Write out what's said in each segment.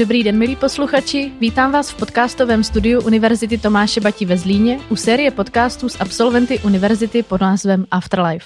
Dobrý den, milí posluchači, vítám vás v podcastovém studiu Univerzity Tomáše Bati ve Zlíně u série podcastů s absolventy univerzity pod názvem Afterlife.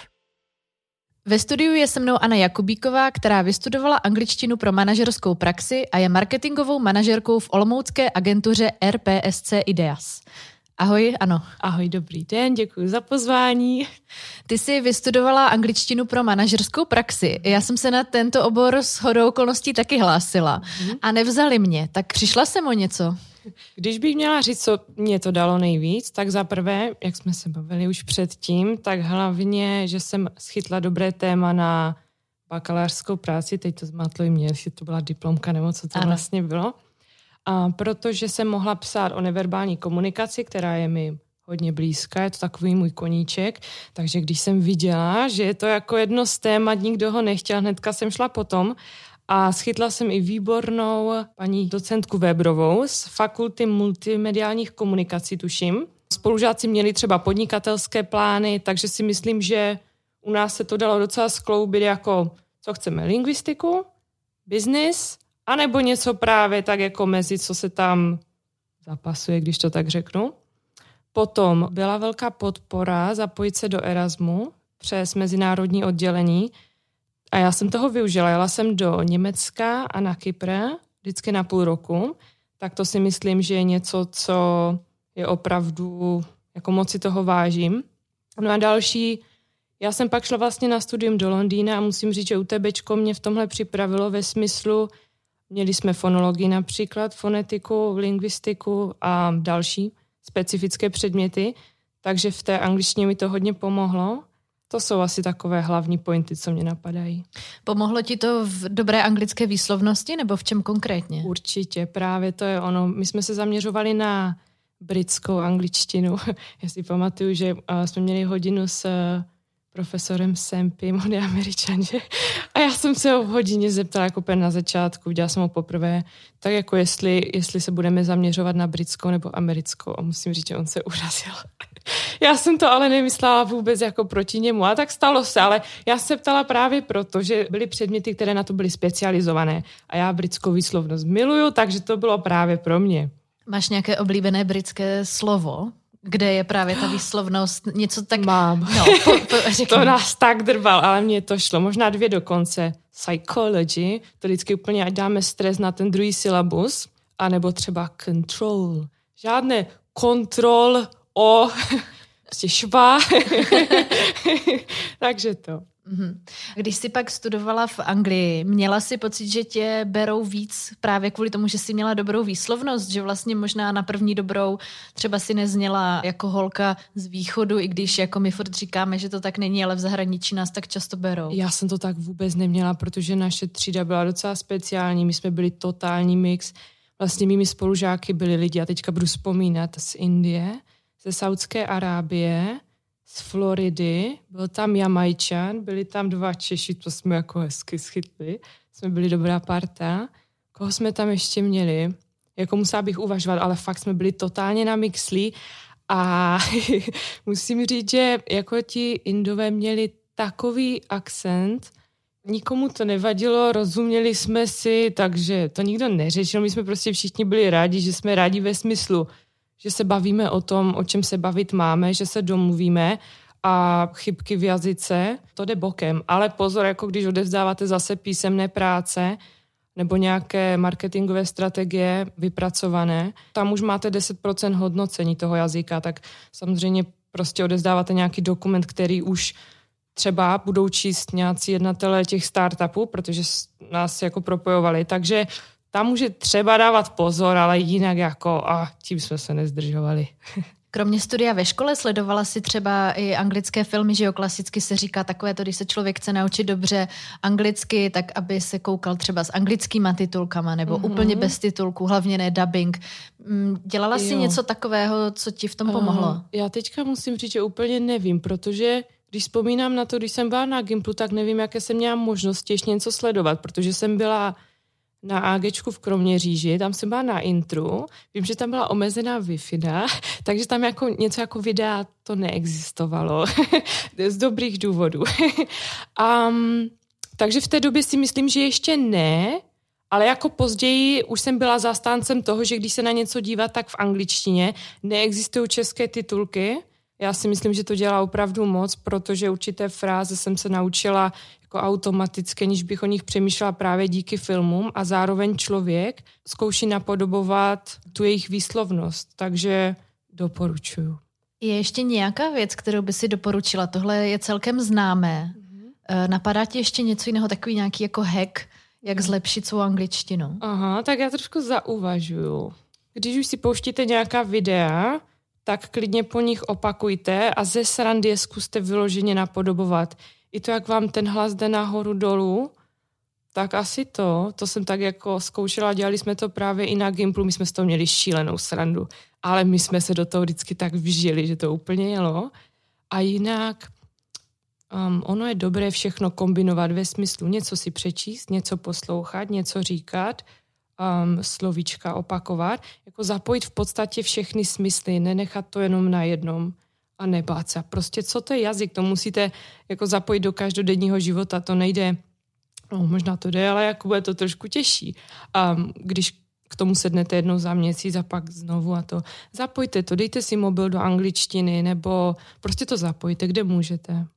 Ve studiu je se mnou Anna Jakubíková, která vystudovala angličtinu pro manažerskou praxi a je marketingovou manažerkou v olomoucké agentuře RPSC Ideas. Ahoj, Ano. Ahoj, dobrý den, děkuji za pozvání. Ty jsi vystudovala angličtinu pro manažerskou praxi. Já jsem se na tento obor shodou okolností taky hlásila a nevzali mě, tak přišla jsem o něco. Když bych měla říct, co mě to dalo nejvíc, tak za prvé, jak jsme se bavili už předtím, tak hlavně, že jsem schytla dobré téma na bakalářskou práci, teď to zmátlo i mě, jestli to byla diplomka nebo co to vlastně bylo. A protože jsem mohla psát o neverbální komunikaci, která je mi hodně blízká, je to takový můj koníček, takže když jsem viděla, že je to jako jedno z témat, nikdo ho nechtěl, hnedka jsem šla potom a schytla jsem i výbornou paní docentku Webrovou z Fakulty multimediálních komunikací, tuším. Spolužáci měli třeba podnikatelské plány, takže si myslím, že u nás se to dalo docela skloubit jako, co chceme, lingvistiku, business, anebo něco právě tak jako mezi, co se tam zapasuje, když to tak řeknu. Potom byla velká podpora zapojit se do Erasmu přes mezinárodní oddělení a já jsem toho využila. Jela jsem do Německa a na Kypr vždycky na půl roku, tak to si myslím, že je něco, co je opravdu, jako moc si toho vážím. No a další, já jsem pak šla vlastně na studium do Londýna a musím říct, že UTBčko mě v tomhle připravilo ve smyslu, měli jsme fonologii například, fonetiku, lingvistiku a další specifické předměty, takže v té angličtině mi to hodně pomohlo. To jsou asi takové hlavní pointy, co mě napadají. Pomohlo ti to v dobré anglické výslovnosti nebo v čem konkrétně? Určitě, právě to je ono. My jsme se zaměřovali na britskou angličtinu. Já si pamatuju, že jsme měli hodinu s profesorem Sempim, on je Američan, že? A já jsem se ho v hodině zeptala jako na začátku, viděla jsem ho poprvé, tak jako jestli se budeme zaměřovat na britskou nebo americkou a musím říct, že on se urazil. Já jsem to ale nemyslela vůbec jako proti němu a tak stalo se, ale já se ptala právě proto, že byly předměty, které na to byly specializované a já britskou výslovnost miluju, takže to bylo právě pro mě. Máš nějaké oblíbené britské slovo? Kde je právě ta výslovnost, něco tak... Mám. No, to nás tak drval, ale mně to šlo. Možná 2 dokonce. Psychology, to vždycky úplně, ať dáme stres na ten druhý syllabus, anebo třeba control. Žádné kontrol o prostě šva. Takže to. Když jsi pak studovala v Anglii, měla jsi pocit, že tě berou víc právě kvůli tomu, že jsi měla dobrou výslovnost, že vlastně možná na první dobrou třeba si nezněla jako holka z východu, i když jako my furt říkáme, že to tak není, ale v zahraničí nás tak často berou. Já jsem to tak vůbec neměla, protože naše třída byla docela speciální, my jsme byli totální mix. Vlastně mými spolužáky byli lidi, a teďka budu vzpomínat, z Indie, ze Saudské Arábie, z Floridy, byl tam Jamajčan, byli tam 2 Češi, to jsme jako hezky schytli, jsme byli dobrá parta. Koho jsme tam ještě měli? Jako musela bych uvažovat, ale fakt jsme byli totálně namixlí a musím říct, že jako ti Indové měli takový akcent, nikomu to nevadilo, rozuměli jsme si, takže to nikdo neřešil, my jsme prostě všichni byli rádi, že jsme rádi ve smyslu, že se bavíme o tom, o čem se bavit máme, že se domluvíme a chybky v jazyce, to jde bokem. Ale pozor, jako když odevzdáváte zase písemné práce nebo nějaké marketingové strategie vypracované, tam už máte 10% hodnocení toho jazyka, tak samozřejmě prostě odevzdáváte nějaký dokument, který už třeba budou číst nějací jednatelé těch startupů, protože nás jako propojovali, takže tam může třeba dávat pozor, ale jinak jako tím jsme se nezdržovali. Kromě studia ve škole sledovala si třeba i anglické filmy, že jo, klasicky se říká takové to, když se člověk chce naučit dobře anglicky, tak aby se koukal třeba s anglickýma titulkama nebo úplně bez titulků, hlavně ne dubbing. Dělala jsi něco takového, co ti v tom pomohlo? Já teďka musím říct, že úplně nevím, protože když vzpomínám na to, když jsem byla na Gimplu, tak nevím, jaké jsem měla možnosti ještě něco sledovat, protože jsem byla na AGčku v Kroměříži, tam jsem byla na intru, vím, že tam byla omezená Wi-Fi, takže tam jako něco jako videa to neexistovalo z dobrých důvodů. Takže v té době si myslím, že ještě ne, Ale jako později už jsem byla zastáncem toho, že když se na něco dívat, tak v angličtině neexistují české titulky. Já si myslím, že to dělá opravdu moc, protože určité fráze jsem se naučila jako automaticky, než bych o nich přemýšlela právě díky filmům a zároveň člověk zkouší napodobovat tu jejich výslovnost, takže doporučuju. Je ještě nějaká věc, kterou by si doporučila? Tohle je celkem známé. Napadá ti ještě něco jiného, takový nějaký jako hack, jak zlepšit svou angličtinu? Aha, tak já trošku zauvažuju. Když už si pouštíte nějaká videa, tak klidně po nich opakujte a ze srandy je zkuste vyloženě napodobovat. I to, jak vám ten hlas jde nahoru dolů, tak asi to jsem tak jako zkoušela, dělali jsme to právě i na Gimplu, my jsme z toho měli šílenou srandu, ale my jsme se do toho vždycky tak vžili, že to úplně jelo. A jinak ono je dobré všechno kombinovat ve smyslu něco si přečíst, něco poslouchat, něco říkat, slovíčka opakovat, jako zapojit v podstatě všechny smysly, nenechat to jenom na jednom a nebát se. Prostě co to je jazyk, to musíte jako zapojit do každodenního života, to nejde, možná to jde, ale jako bude to trošku těžší. Když k tomu sednete jednou za měsíc a pak znovu a to zapojte to, dejte si mobil do angličtiny nebo prostě to zapojte, kde můžete.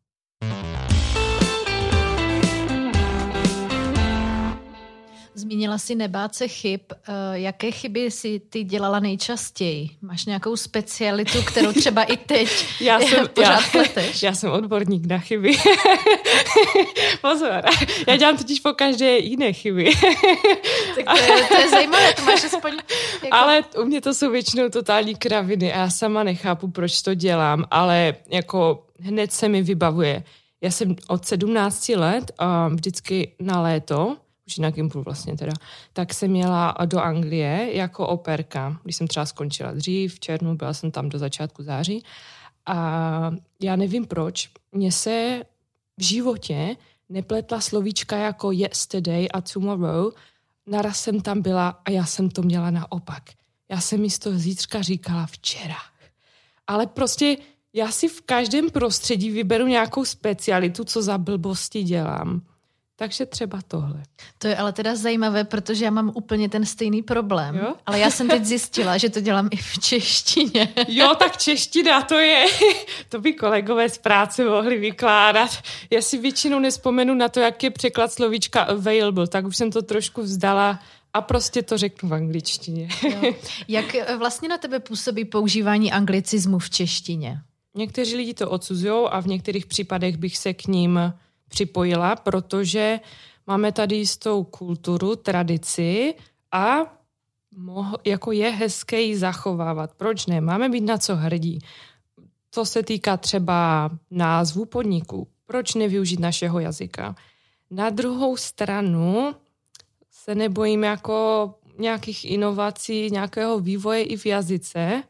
Zmínila jsi nebát se chyb. Jaké chyby si ty dělala nejčastěji? Máš nějakou specialitu, kterou třeba i teď pořád pleteš? Já jsem odborník na chyby. Pozor, já dělám totiž po každé jiné chyby. Tak to je zajímavé, to máš aspoň... Jako... Ale u mě to jsou většinou totální kraviny a já sama nechápu, proč to dělám, ale jako hned se mi vybavuje. Já jsem od 17 let vždycky na léto, už na Gimplu vlastně teda, tak jsem jela do Anglie jako operka. Když jsem třeba skončila dřív, v červnu, byla jsem tam do začátku září. A já nevím proč, mně se v životě nepletla slovíčka jako yesterday a tomorrow. Naraz jsem tam byla a já jsem to měla naopak. Já jsem místo zítřka říkala včera. Ale prostě já si v každém prostředí vyberu nějakou specialitu, co za blbosti dělám. Takže třeba tohle. To je ale teda zajímavé, protože já mám úplně ten stejný problém. Jo? Ale já jsem teď zjistila, že to dělám i v češtině. Jo, tak čeština to je. To by kolegové z práce mohli vykládat. Já si většinou nespomenu na to, jak je překlad slovíčka available, tak už jsem to trošku vzdala a prostě to řeknu v angličtině. Jo. Jak vlastně na tebe působí používání anglicismu v češtině? Někteří lidi to odsuzujou a v některých případech bych se k ním připojila, protože máme tady jistou kulturu, tradici a jako je hezké ji zachovávat. Proč ne? Máme být na co hrdí. To se týká třeba názvu podniku. Proč nevyužít našeho jazyka? Na druhou stranu se nebojím jako nějakých inovací, nějakého vývoje i v jazyce.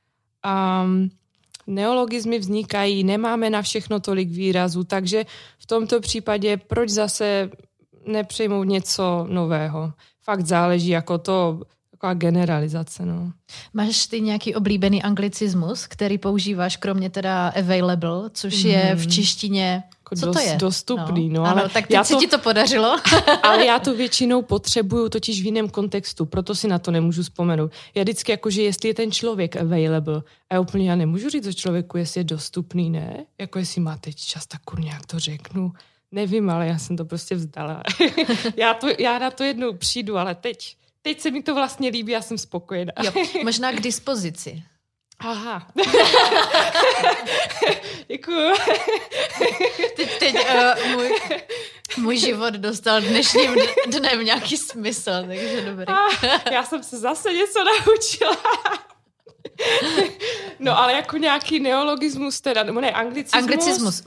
Neologizmy vznikají, nemáme na všechno tolik výrazů, takže v tomto případě proč zase nepřejmout něco nového? Fakt záleží jako to, taková generalizace. No. Máš ty nějaký oblíbený anglicismus, který používáš kromě teda available, což je v češtině... Co to je? Dostupný, no. Ano, tak teď se ti to podařilo. Ale já to většinou potřebuju totiž v jiném kontextu, proto si na to nemůžu vzpomenout. Já vždycky jakože, jestli je ten člověk available, a já nemůžu říct o člověku, jestli je dostupný, ne? Jako jestli má teď čas, tak kurně, jak to řeknu. Nevím, ale já jsem to prostě vzdala. já na to jednou přijdu, ale teď se mi to vlastně líbí, já jsem spokojená. Jo, možná k dispozici. Aha. Děkuju. Teď můj život dostal dnešním dnem nějaký smysl, takže dobrý. Já jsem se zase něco naučila. No ale jako nějaký neologismus teda, nebo ne, anglicismus.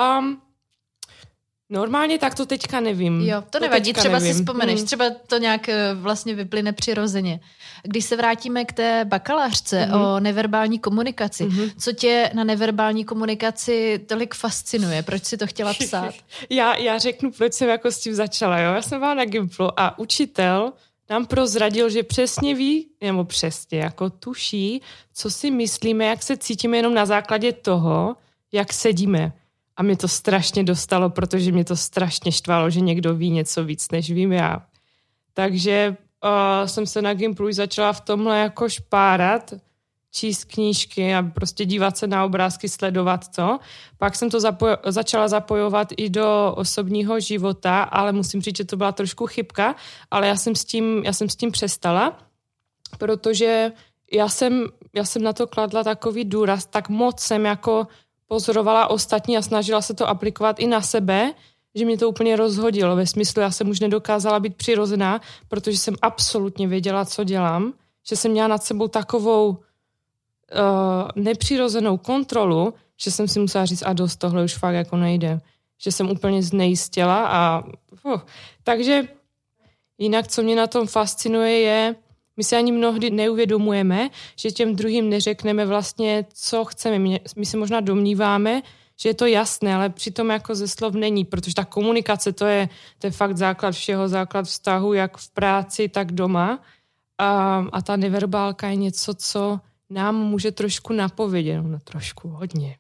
Normálně tak to teďka nevím. Jo, to nevadí, třeba si vzpomeneš, třeba to nějak vlastně vyplyne přirozeně. Když se vrátíme k té bakalářce o neverbální komunikaci, co tě na neverbální komunikaci tolik fascinuje? Proč jsi to chtěla psát? Já řeknu, proč jsem jako s tím začala. Jo? Já jsem byla na Gimplu a učitel nám prozradil, že přesně ví, nebo přesně jako tuší, co si myslíme, jak se cítíme jenom na základě toho, jak sedíme. A mě to strašně dostalo, protože mě to strašně štvalo, že někdo ví něco víc, než vím já. Takže jsem se na Gimplu začala v tomhle jako špárat, číst knížky a prostě dívat se na obrázky, sledovat to. Pak jsem to začala zapojovat i do osobního života, ale musím říct, že to byla trošku chybka, ale já jsem s tím přestala, protože já jsem na to kladla takový důraz, tak moc jsem jako pozorovala ostatní a snažila se to aplikovat i na sebe, že mě to úplně rozhodilo. Ve smyslu, já jsem už nedokázala být přirozená, protože jsem absolutně věděla, co dělám, že jsem měla nad sebou takovou nepřirozenou kontrolu, že jsem si musela říct, a dost, tohle už fakt jako nejde. Že jsem úplně znejistěla takže jinak, co mě na tom fascinuje, je, my si ani mnohdy neuvědomujeme, že těm druhým neřekneme vlastně, co chceme. My se možná domníváme, že je to jasné, ale přitom jako ze slov není, protože ta komunikace, to je fakt základ všeho, základ vztahu, jak v práci, tak doma. A ta neverbálka je něco, co nám může trošku napovědět, no trošku, hodně.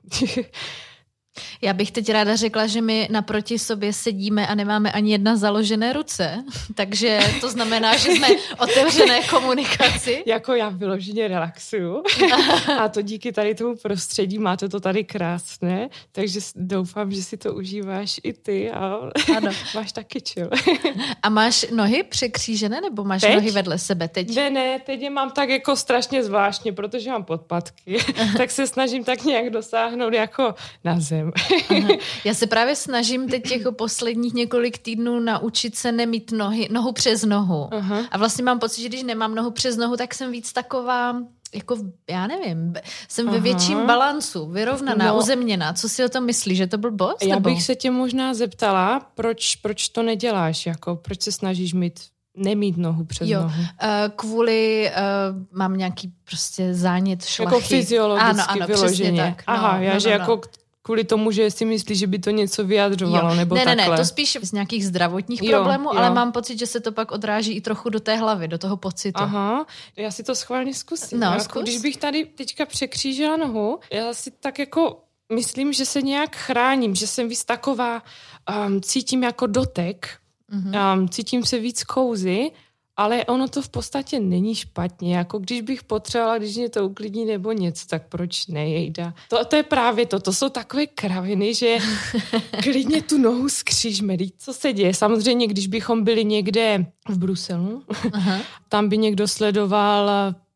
Já bych teď ráda řekla, že my naproti sobě sedíme a nemáme ani jedna založené ruce, takže to znamená, že jsme otevřené komunikaci. Jako já vyloženě relaxuju a to díky tady tomu prostředí, máte to tady krásné, takže doufám, že si to užíváš i ty a ano. Máš taky chill. A máš nohy překřížené nebo máš nohy vedle sebe teď? Ne, teď je mám tak jako strašně zvláštně, protože mám podpatky, tak se snažím tak nějak dosáhnout jako na zem. Aha. Já se právě snažím teď jako posledních několik týdnů naučit se nemít nohu přes nohu. Aha. A vlastně mám pocit, že když nemám nohu přes nohu, tak jsem víc taková, jako já nevím, jsem ve větším balancu, vyrovnaná, uzemněná. Co si o tom myslíš, že to blbost? Já bych se tě možná zeptala, proč to neděláš, jako proč se snažíš nemít nohu přes nohu. Kvůli mám nějaký prostě zánět šlachy. Jako fyziologicky vyloženě. Tak. Jako kvůli tomu, že si myslíš, že by to něco vyjadřovalo, nebo takhle. Ne, to spíš z nějakých zdravotních problémů, ale mám pocit, že se to pak odráží i trochu do té hlavy, do toho pocitu. Aha, já si to schválně zkusím. Zkus. Když bych tady teďka překřížila nohu, já si tak jako myslím, že se nějak chráním, že jsem víc taková, cítím jako dotek, cítím se víc kouzy, ale ono to v podstatě není špatně. Jako když bych potřebovala, když mě to uklidní nebo něco, tak proč ne, jejda. To je právě to jsou takové kraviny, že klidně tu nohu skřížme. Co se děje? Samozřejmě, když bychom byli někde v Bruselu, tam by někdo sledoval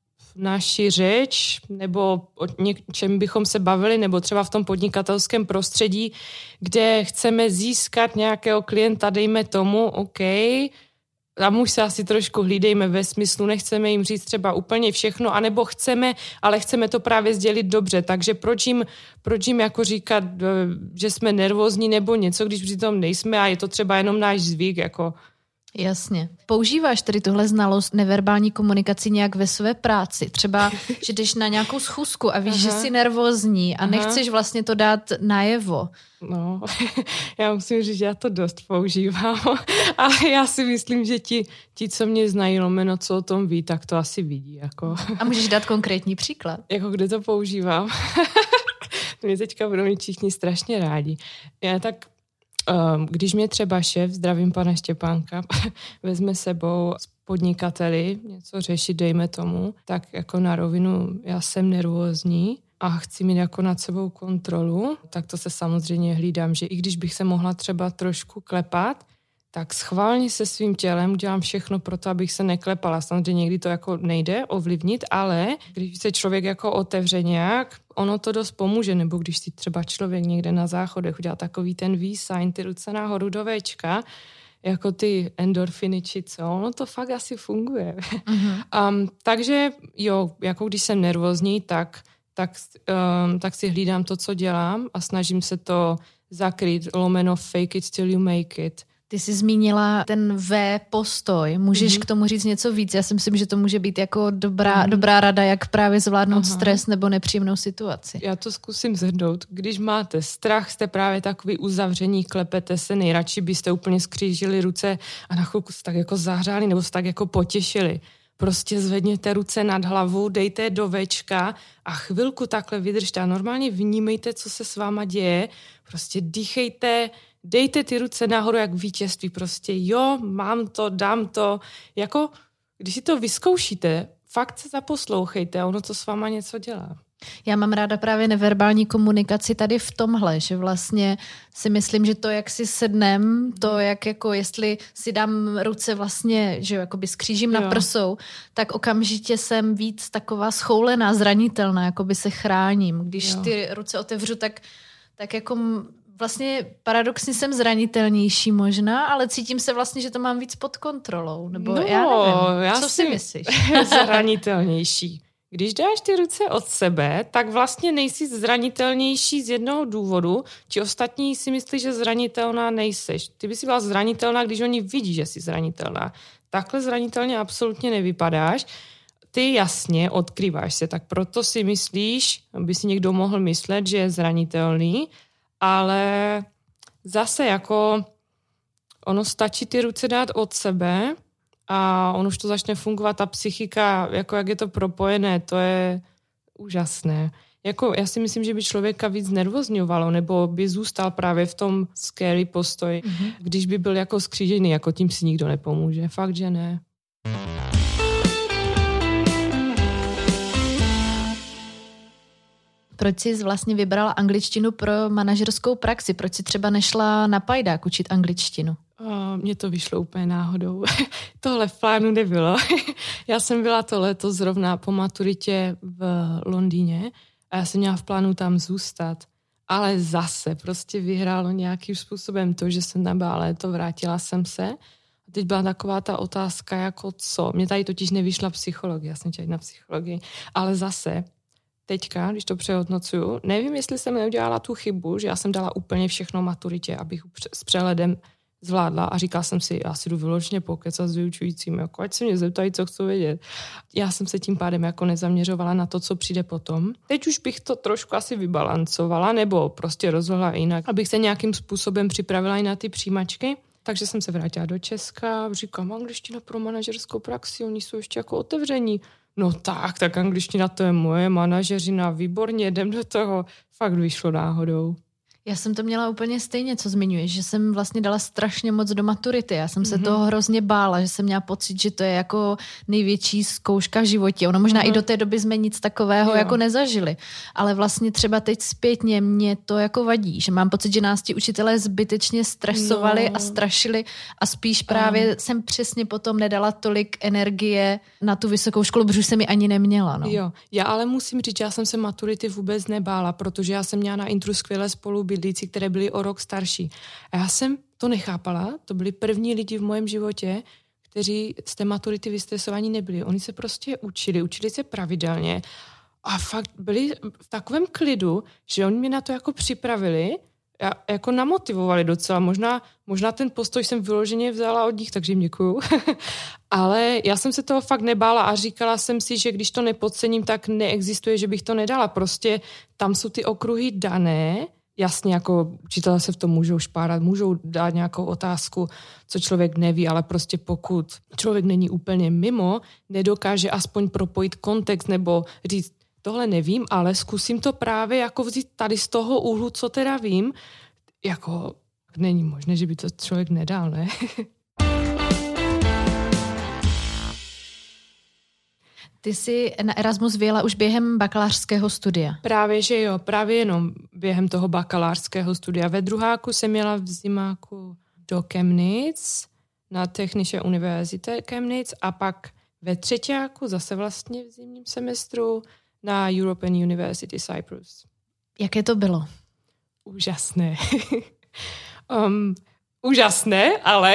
naši řeč, nebo o něčem bychom se bavili, nebo třeba v tom podnikatelském prostředí, kde chceme získat nějakého klienta, dejme tomu, OK, tam už se asi trošku hlídejme ve smyslu, nechceme jim říct třeba úplně všechno, anebo chceme, ale chceme to právě sdělit dobře, takže proč jim jako říkat, že jsme nervózní nebo něco, když přitom nejsme a je to třeba jenom náš zvyk, jako. Jasně. Používáš tedy tuhle znalost neverbální komunikaci nějak ve své práci? Třeba, že jdeš na nějakou schůzku a víš, že jsi nervózní a nechceš vlastně to dát najevo. No, já musím říct, že já to dost používám, ale já si myslím, že ti, co mě znají, lomeno, co o tom ví, tak to asi vidí. Jako. A můžeš dát konkrétní příklad? Jako kde to používám? Mě teďka budou mít všichni strašně rádi. Já tak když mě třeba šéf, zdravím pana Štěpánka, vezme sebou s podnikateli něco řešit, dejme tomu, tak jako na rovinu já jsem nervózní a chci mít jako nad sebou kontrolu, tak to se samozřejmě hlídám, že i když bych se mohla třeba trošku klepat, tak schválně se svým tělem udělám všechno pro to, abych se neklepala. Samozřejmě někdy to jako nejde ovlivnit, ale když se člověk jako otevře nějak, ono to dost pomůže, nebo když si třeba člověk někde na záchodech udělá takový ten V-sign, ty ruce nahoru do Včka, jako ty endorfiny či co, ono to fakt asi funguje. Takže jo, jako když jsem nervózní, tak si hlídám to, co dělám a snažím se to zakrýt, lomeno fake it till you make it. Ty jsi zmínila ten V postoj. Můžeš k tomu říct něco víc? Já si myslím, že to může být jako dobrá rada, jak právě zvládnout stres nebo nepříjemnou situaci. Já to zkusím zhrnout. Když máte strach, jste právě takový uzavření, klepete se, nejradši byste úplně skřížili ruce a na chvilku se tak jako zahřáli nebo se tak jako potěšili. Prostě zvedněte ruce nad hlavu, dejte je do Včka a chvilku takhle vydržte a normálně vnímejte, co se s váma děje. Prostě dýchejte dejte ty ruce nahoru jak vítězství, prostě jo, mám to, dám to, jako když si to vyzkoušíte, fakt se zaposlouchejte a ono to s váma něco dělá. Já mám ráda právě neverbální komunikaci tady v tomhle, že vlastně si myslím, že to, jak si sednem, to, jak jako jestli si dám ruce vlastně, že jo, jakoby skřížím na prsou, tak okamžitě jsem víc taková schoulená, zranitelná, jakoby se chráním. Když ty ruce otevřu, tak jako vlastně paradoxně jsem zranitelnější možná, ale cítím se vlastně, že to mám víc pod kontrolou. Nebo já nevím. Co si myslíš? Zranitelnější. Když dáš ty ruce od sebe, tak vlastně nejsi zranitelnější z jednoho důvodu, či ostatní si myslí, že zranitelná nejseš. Ty by si byla zranitelná, když oni vidí, že jsi zranitelná. Takhle zranitelně absolutně nevypadáš. Ty jasně odkrýváš se, tak proto si myslíš, aby si někdo mohl myslet, že je zranitelný, ale zase jako ono stačí ty ruce dát od sebe a on už to začne fungovat, ta psychika, jako jak je to propojené, to je úžasné. Jako já si myslím, že by člověka víc nervozňovalo, nebo by zůstal právě v tom scary postoji, když by byl jako skřížený, jako tím si nikdo nepomůže. Fakt, že ne. Proč jsi vlastně vybrala angličtinu pro manažerskou praxi? Proč jsi třeba nešla na Pajdák učit angličtinu? Mně to vyšlo úplně náhodou. Tohle v plánu nebylo. Já jsem byla to letos zrovna po maturitě v Londýně a já jsem měla v plánu tam zůstat. Ale zase prostě vyhrálo nějakým způsobem to, že jsem tam byla léto, vrátila jsem se. A teď byla taková ta otázka, jako co? Mně tady totiž nevyšla psychologie, já jsem chtěla jít na psychologii, ale zase teďka, když to přehodnocuju, nevím, jestli jsem neudělala tu chybu, že já jsem dala úplně všechno maturitě, abych s přehledem zvládla a říkala jsem si, já si jdu vyloženě pokecat s vyučujícím, jako ať se mě zeptají, co chci vědět. Já jsem se tím pádem jako nezaměřovala na to, co přijde potom. Teď už bych to trošku asi vybalancovala nebo prostě rozhodla jinak, abych se nějakým způsobem připravila i na ty přijímačky. Takže jsem se vrátila do Česka, říkám, angličtina pro manažerskou praxi, oni jsou ještě jako otevření. No tak angličtina to je moje manažeřina, výborně, jdem do toho. Fakt vyšlo náhodou. Já jsem to měla úplně stejně, co zmiňuješ, že jsem vlastně dala strašně moc do maturity. Já jsem se toho hrozně bála, že jsem měla pocit, že to je jako největší zkouška v životě. Ono možná i do té doby jsme nic takového jako nezažili. Ale vlastně třeba teď zpětně mě to jako vadí, že mám pocit, že nás ti učitelé zbytečně stresovali a strašili a spíš právě jsem přesně potom nedala tolik energie na tu vysokou školu, protože už jsem ji ani neměla. No. Jo, já ale musím říct, že já jsem se maturity vůbec nebála, protože já jsem měla na intru skvělé spolubydlící, které byly o rok starší. A já jsem to nechápala, to byli první lidi v mém životě, kteří z té maturity vystresovaní nebyli. Oni se prostě učili se pravidelně a fakt byli v takovém klidu, že oni mě na to jako připravili a jako namotivovali docela. Možná ten postoj jsem vyloženě vzala od nich, takže jim děkuju. Ale já jsem se toho fakt nebála a říkala jsem si, že když to nepodcením, tak neexistuje, že bych to nedala. Prostě tam jsou ty okruhy dané. Jasně, jako učitelé se v tom můžou špárat, můžou dát nějakou otázku, co člověk neví, ale prostě pokud člověk není úplně mimo, nedokáže aspoň propojit kontext nebo říct, tohle nevím, ale zkusím to právě jako vzít tady z toho úhlu, co teda vím, jako není možné, že by to člověk nedal, ne? Ty jsi na Erasmus vyjela už během bakalářského studia. Právě, že jo, právě jenom během toho bakalářského studia. Ve druháku jsem jela v zimáku do Chemnitz, na Technische Universität Chemnitz a pak ve třetíku zase vlastně v zimním semestru na European University Cyprus. Jaké to bylo? Úžasné. Úžasné, ale,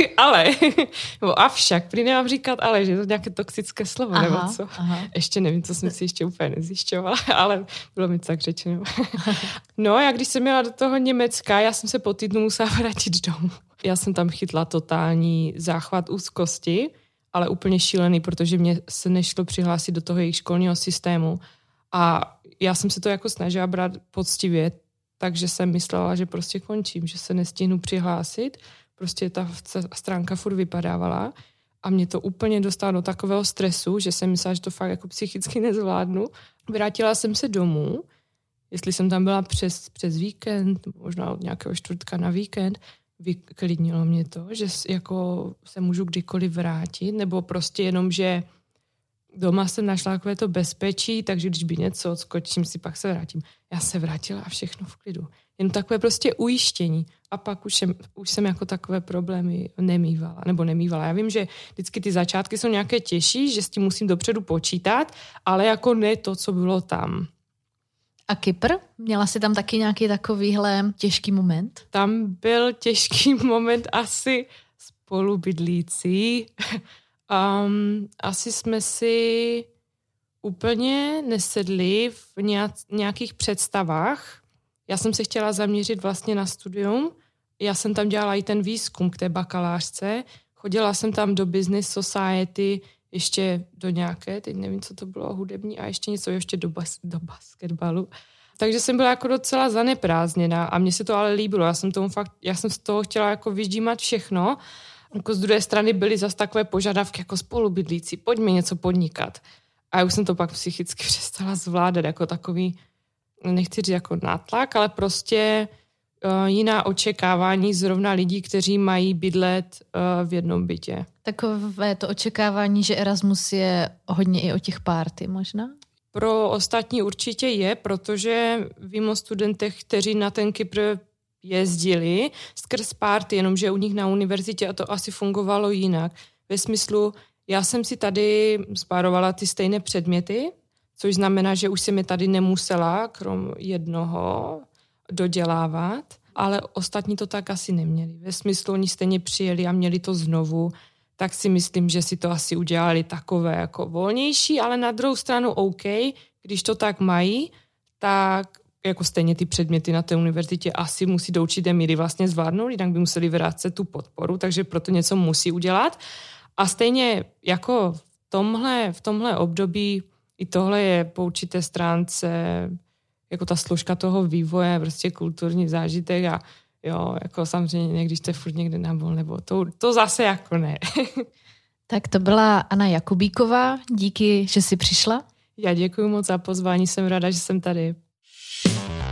avšak, prý nemám říkat ale, že je to nějaké toxické slovo, nebo co? Ještě nevím, co jsem si ještě úplně nezjišťovala, ale bylo mi tak řečeno. No, já když jsem jela do toho Německa, já jsem se po týdnu musela vrátit domů. Já jsem tam chytla totální záchvat úzkosti, ale úplně šílený, protože mě se nešlo přihlásit do toho jejich školního systému. A já jsem se to jako snažila brát poctivě, takže jsem myslela, že prostě končím, že se nestihnu přihlásit. Prostě ta stránka furt vypadávala a mě to úplně dostalo do takového stresu, že jsem myslela, že to fakt jako psychicky nezvládnu. Vrátila jsem se domů jestli jsem tam byla přes víkend, možná od nějakého čtvrtka na víkend, vyklidnilo mě to, že jako se můžu kdykoliv vrátit, nebo prostě jenom, že doma jsem našla takové to bezpečí, takže když by něco odskočím si, pak se vrátím. Já se vrátila a všechno v klidu. Jen takové prostě ujištění. A pak už jsem jako takové problémy nemývala. Já vím, že vždycky ty začátky jsou nějaké těžší, že s tím musím dopředu počítat, ale jako ne to, co bylo tam. A Kypr? Měla jsi tam taky nějaký takovýhle těžký moment? Tam byl těžký moment asi spolubydlící. Asi jsme si úplně nesedli v nějakých představách. Já jsem se chtěla zaměřit vlastně na studium. Já jsem tam dělala i ten výzkum k té bakalářce. Chodila jsem tam do Business Society, ještě do nějaké, teď nevím, co to bylo, hudební a ještě do basketbalu. Takže jsem byla jako docela zaneprázdněná a mně se to ale líbilo. Já jsem z toho chtěla jako vyždímat všechno. Jako z druhé strany byly zase takové požadavky jako spolubydlící, pojďme něco podnikat. A já už jsem to pak psychicky přestala zvládat, jako takový, nechci říct jako nátlak, ale prostě jiná očekávání zrovna lidí, kteří mají bydlet v jednom bytě. Takové to očekávání, že Erasmus je hodně i o těch party možná? Pro ostatní určitě je, protože vím o studentech, kteří na ten Kypr jezdili skrz party, jenomže u nich na univerzitě a to asi fungovalo jinak. Ve smyslu, já jsem si tady spárovala ty stejné předměty, což znamená, že už jsem je tady nemusela, krom jednoho, dodělávat, ale ostatní to tak asi neměli. Ve smyslu, oni stejně přijeli a měli to znovu, tak si myslím, že si to asi udělali takové jako volnější, ale na druhou stranu OK, když to tak mají, tak jako stejně ty předměty na té univerzitě asi musí do určité míry vlastně zvládnout, jinak by museli vrátit tu podporu, takže proto něco musí udělat. A stejně jako v tomhle období i tohle je po určité stránce jako ta složka toho vývoje, prostě kulturní zážitek a jo, jako samozřejmě, když jste furt někde na nebo to zase jako ne. Tak to byla Anna Jakubíková, díky, že jsi přišla. Já děkuji moc za pozvání, jsem ráda, že jsem tady.